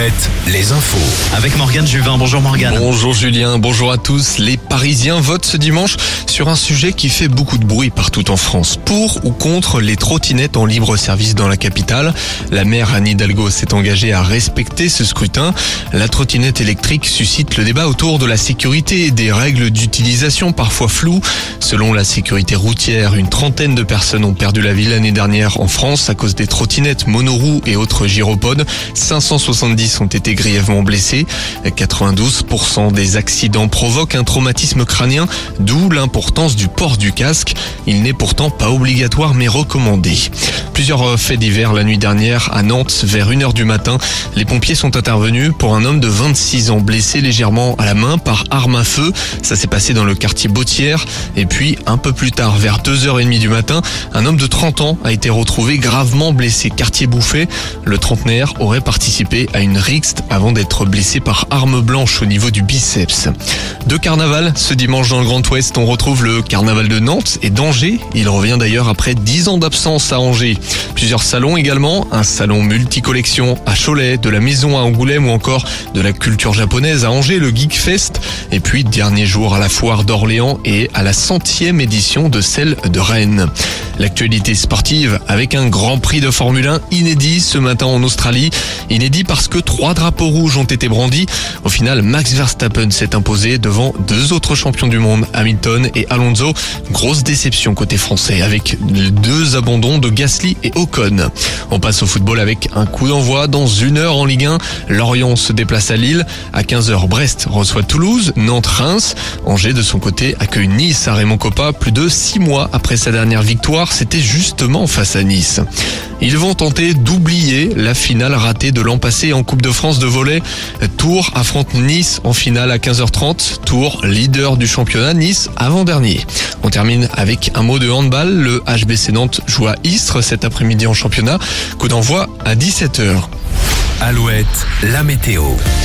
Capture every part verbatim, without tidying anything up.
Alouette, les infos. Avec Morgane Juvin. Bonjour Morgane. Bonjour Julien, bonjour à tous. Les Parisiens votent ce dimanche sur un sujet qui fait beaucoup de bruit partout en France. Pour ou contre les trottinettes en libre service dans la capitale. La maire Anne Hidalgo s'est engagée à respecter ce scrutin. La trottinette électrique suscite le débat autour de la sécurité et des règles d'utilisation parfois floues. Selon la sécurité routière, une trentaine de personnes ont perdu la vie l'année dernière en France à cause des trottinettes monoroues et autres gyropodes. cinq cent soixante-dix ont été grièvement blessés. quatre-vingt-douze pour cent des accidents provoquent un traumatisme crânien, d'où l'importance du port du casque. Il n'est pourtant pas obligatoire mais recommandé. Plusieurs faits divers la nuit dernière à Nantes vers une heure du matin. Les pompiers sont intervenus pour un homme de vingt-six ans blessé légèrement à la main par arme à feu. Ça s'est passé dans le quartier Bautière. Et puis un peu plus tard, vers deux heures trente du matin, un homme de trente ans a été retrouvé gravement blessé quartier Bouffay. Le trentenaire aurait participé à une rixe avant d'être blessé par arme blanche au niveau du biceps. De carnaval, ce dimanche dans le Grand Ouest, on retrouve le carnaval de Nantes et d'Angers. Il revient d'ailleurs après dix ans d'absence à Angers. Plusieurs salons également, un salon multicollection à Cholet, de la maison à Angoulême ou encore de la culture japonaise à Angers, le Geek Fest. Et puis dernier jour à la foire d'Orléans et à la centième édition de celle de Rennes. L'actualité sportive avec un grand prix de Formule un inédit ce matin en Australie. Inédit parce que trois drapeaux rouges ont été brandis. Au final, Max Verstappen s'est imposé devant deux autres champions du monde, Hamilton et Alonso. Grosse déception côté français avec deux abandons de Gasly et Ocon. On passe au football avec un coup d'envoi dans une heure en Ligue un. Lorient se déplace à Lille. À quinze heures, Brest reçoit Toulouse, Nantes, Reims. Angers de son côté accueille Nice à Raymond Kopa plus de six mois après sa dernière victoire. C'était justement face à Nice. Ils vont tenter d'oublier la finale ratée de l'an passé en Coupe de France de volley. Tours affronte Nice en finale à quinze heures trente. Tours, leader du championnat, Nice avant-dernier. On termine avec un mot de handball. Le H B C Nantes joue à Istres cet après-midi en championnat. Coup d'envoi à dix-sept heures. Alouette, la météo.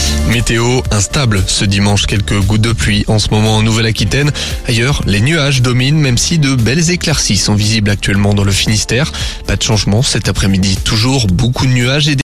Météo instable ce dimanche, quelques gouttes de pluie en ce moment en Nouvelle-Aquitaine. Ailleurs, les nuages dominent même si de belles éclaircies sont visibles actuellement dans le Finistère. Pas de changement cet après-midi, toujours beaucoup de nuages et des